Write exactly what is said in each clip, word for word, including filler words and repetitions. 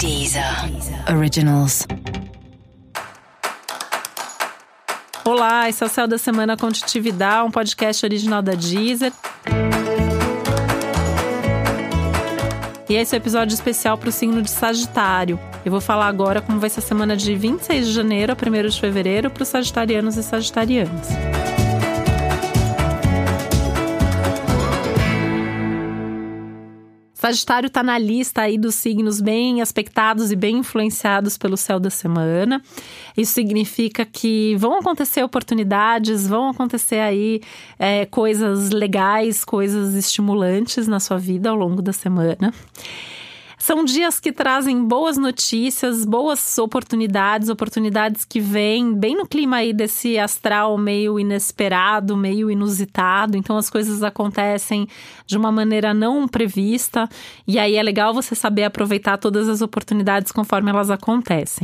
Deezer Originals. Olá, esse é o Céu da Semana com Titividade, um podcast original da Deezer. E esse é o um episódio especial para o signo de Sagitário. Eu vou falar agora como vai ser a semana de vinte e seis de janeiro a primeiro de fevereiro para os sagitarianos e sagitarianas. Sagitário está na lista aí dos signos bem aspectados e bem influenciados pelo céu da semana. Isso significa que vão acontecer oportunidades, vão acontecer aí é, coisas legais, coisas estimulantes na sua vida ao longo da semana. São dias que trazem boas notícias, boas oportunidades, oportunidades que vêm bem no clima aí desse astral meio inesperado, meio inusitado. Então as coisas acontecem de uma maneira não prevista e aí é legal você saber aproveitar todas as oportunidades conforme elas acontecem.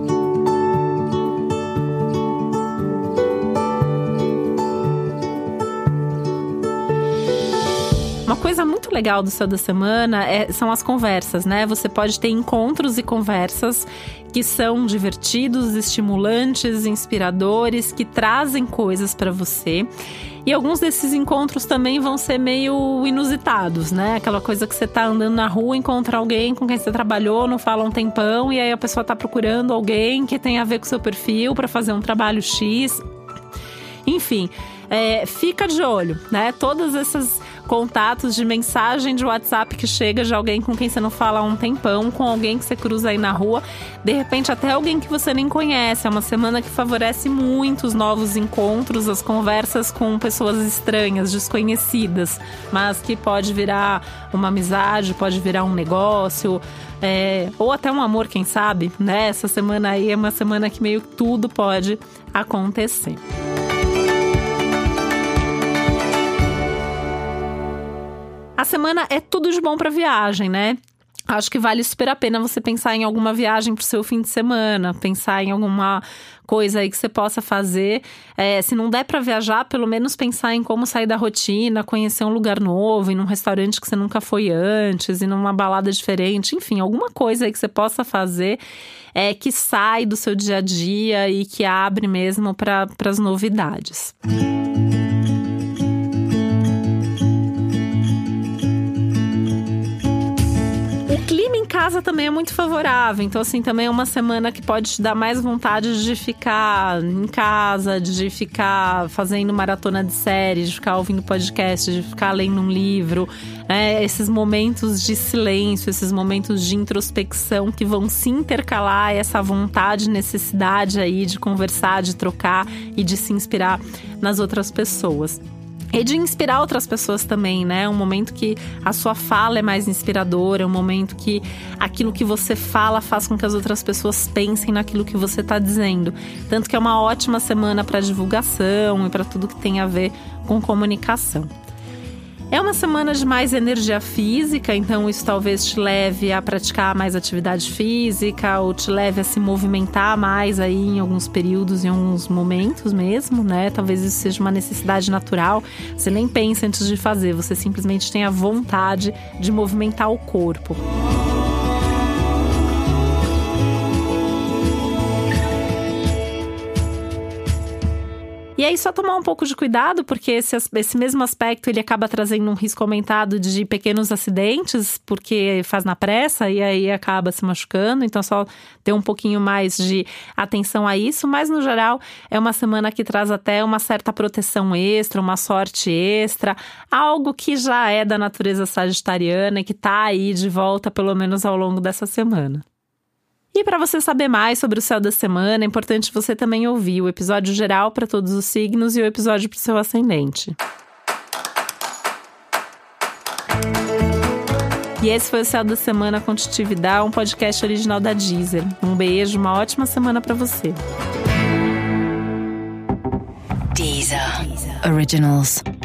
Uma coisa muito legal do céu da semana é, são as conversas, né? Você pode ter encontros e conversas que são divertidos, estimulantes, inspiradores, que trazem coisas para você. E alguns desses encontros também vão ser meio inusitados, né? Aquela coisa que você tá andando na rua, encontra alguém com quem você trabalhou, não fala um tempão, e aí a pessoa tá procurando alguém que tem a ver com o seu perfil para fazer um trabalho X. Enfim, é, fica de olho, né? Todas essas contatos de mensagem de WhatsApp que chega de alguém com quem você não fala há um tempão, com alguém que você cruza aí na rua, de repente até alguém que você nem conhece. É uma semana que favorece muito os novos encontros, as conversas com pessoas estranhas, desconhecidas, mas que pode virar uma amizade, pode virar um negócio, é, ou até um amor, quem sabe, né? Essa semana aí é uma semana que meio tudo pode acontecer. A semana é tudo de bom para viagem, né? Acho que vale super a pena você pensar em alguma viagem pro seu fim de semana, pensar em alguma coisa aí que você possa fazer. É, se não der para viajar, pelo menos pensar em como sair da rotina, conhecer um lugar novo, ir num restaurante que você nunca foi antes, ir numa balada diferente, enfim, alguma coisa aí que você possa fazer é, que sai do seu dia a dia e que abre mesmo para as novidades. Casa também é muito favorável, então assim, também é uma semana que pode te dar mais vontade de ficar em casa, de ficar fazendo maratona de séries, de ficar ouvindo podcast, de ficar lendo um livro, né? Esses momentos de silêncio, esses momentos de introspecção que vão se intercalar, essa vontade, necessidade aí de conversar, de trocar e de se inspirar nas outras pessoas. E de inspirar outras pessoas também, né? Um momento que a sua fala é mais inspiradora, um momento que aquilo que você fala faz com que as outras pessoas pensem naquilo que você está dizendo. Tanto que é uma ótima semana para divulgação e para tudo que tem a ver com comunicação. É uma semana de mais energia física, então isso talvez te leve a praticar mais atividade física ou te leve a se movimentar mais aí em alguns períodos, em alguns momentos mesmo, né? Talvez isso seja uma necessidade natural, você nem pensa antes de fazer, você simplesmente tem a vontade de movimentar o corpo. E aí só tomar um pouco de cuidado, porque esse, esse mesmo aspecto ele acaba trazendo um risco aumentado de pequenos acidentes, porque faz na pressa e aí acaba se machucando, então só ter um pouquinho mais de atenção a isso, mas no geral é uma semana que traz até uma certa proteção extra, uma sorte extra, algo que já é da natureza sagitariana e que tá aí de volta pelo menos ao longo dessa semana. E para você saber mais sobre o céu da semana, é importante você também ouvir o episódio geral para todos os signos e o episódio para o seu ascendente. E esse foi o Céu da Semana com Titividade, um podcast original da Deezer. Um beijo, uma ótima semana para você. Deezer Originals.